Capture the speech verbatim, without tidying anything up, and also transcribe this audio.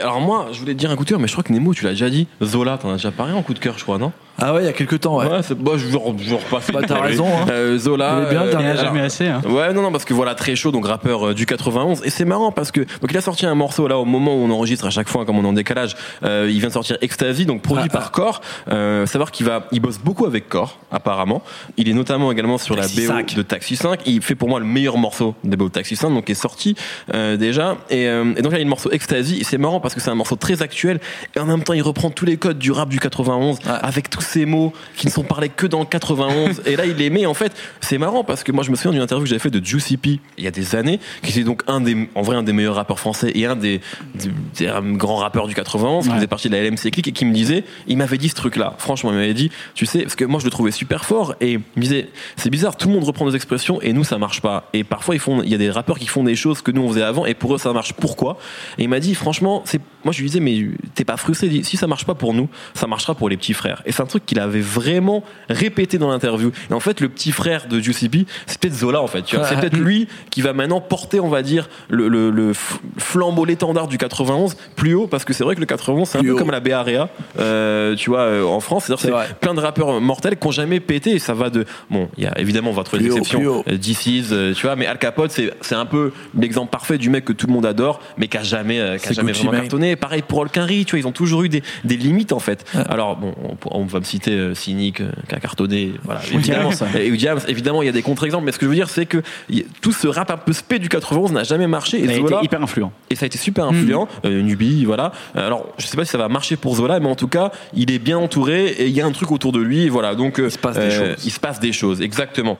Alors moi, je voulais te dire un coup de cœur, mais je crois que Nemo, tu l'as déjà dit. Zola, t'en as déjà parlé en coup de cœur, je crois, non? Ah ouais, il y a quelques temps, ouais. Ouais, c'est, bah, je vais re- je vais repasser. Bah, t'as raison, hein. Euh, Zola. Il est bien, euh, t'as Il n'y en a alors, jamais assez. Hein. Ouais, non, non, parce que voilà, très chaud, donc rappeur euh, du quatre-vingt-onze. Et c'est marrant parce que, donc il a sorti un morceau là au moment où on enregistre à chaque fois, comme on est en décalage. Euh, il vient de sortir Ecstasy, donc produit Ah, par Core. Euh, savoir qu'il va, il bosse beaucoup avec Core, apparemment. Il est notamment également sur Taxi la B O cinq. de Taxi cinq. Il fait pour moi le meilleur morceau des B O de Taxi cinq, donc qui est sorti euh, déjà. Et, euh, et donc là, il y a le morceau Ecstasy. Et c'est marrant parce que c'est un morceau très actuel. Et en même temps, il reprend tous les codes du rap du quatre-vingt-onze Ouais. avec tous ces mots qui ne sont parlés que dans le quatre-vingt-onze. Et là, il les met. En fait, c'est marrant parce que moi, je me souviens d'une interview que j'avais fait de Juicy P il y a des années, qui était donc un des, en vrai, un des meilleurs rappeurs français et un des, des, des grands rappeurs du quatre-vingt-onze, qui Ouais. faisait partie de la L M C Clique et qui me disait, il m'avait dit ce truc-là. Franchement, il m'avait dit, tu sais, parce que moi, je le trouvais super fort et il me disait, c'est bizarre, tout le monde reprend nos expressions et nous, ça marche pas. Et parfois, ils font, il y a des rappeurs qui font des choses que nous, on faisait avant et pour eux, ça marche. Pourquoi? Et il m'a dit, franchement, c'est, moi, je lui disais, mais t'es pas frustré? Il dit, si ça marche pas pour nous, ça marchera pour les petits frères. Et c'est un truc qu'il avait vraiment répété dans l'interview. Et en fait, le petit frère de Juicy P, c'est peut-être Zola, en fait. Tu vois, c'est peut-être lui qui va maintenant porter, on va dire, le, le, le flambeau, l'étendard du quatre-vingt-onze plus haut, parce que c'est vrai que le quatre-vingt-onze, c'est un Plus peu haut. comme la B A R E A, euh, tu vois, euh, en France. C'est-à-dire, C'est c'est vrai. plein de rappeurs mortels qui ont jamais pété, et ça va de, bon, il y a évidemment, on va trouver des Plus haut, exceptions, plus haut. euh, D C, euh, tu vois, mais Al Capote, c'est, c'est un peu l'exemple parfait du mec que tout le monde adore, mais qui a jamais, euh, qui a C'est jamais Gucci vraiment Mane. cartonné. Pareil pour Olkinry, tu vois, ils ont toujours eu des, des limites, en fait. Ouais. Alors, bon, on, on va me citer euh, Cynic, euh, qui a cartonné, voilà, Ou évidemment. Diams. Et Diams, évidemment, il y a des contre-exemples, mais ce que je veux dire, c'est que y- tout ce rap un peu spé du quatre-vingt-onze n'a jamais marché. Et Il a Zola, été hyper influent. et ça a été super influent. Euh, Nubi, voilà. Euh, Alors, je sais pas si ça va marcher pour Zola, mais en tout cas, il est bien entouré et il y a un truc autour de lui. Et voilà. Donc, euh, Il se passe des choses. Il se passe des choses, exactement.